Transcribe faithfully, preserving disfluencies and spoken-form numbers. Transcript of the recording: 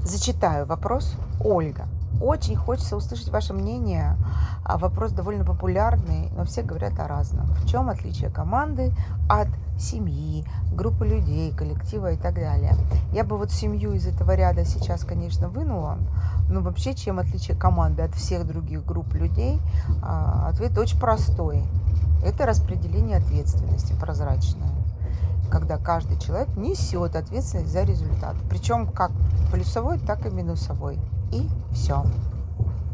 Зачитаю вопрос. Ольга. Очень хочется услышать ваше мнение. А вопрос довольно популярный, но все говорят о разном. В чем отличие команды от семьи, группы людей, коллектива и так далее? Я бы вот семью из этого ряда сейчас, конечно, вынула. Но вообще, чем отличие команды от всех других групп людей? А, Ответ очень простой. Это распределение ответственности прозрачное, когда каждый человек несет ответственность за результат. Причем как плюсовой, так и минусовой. И все.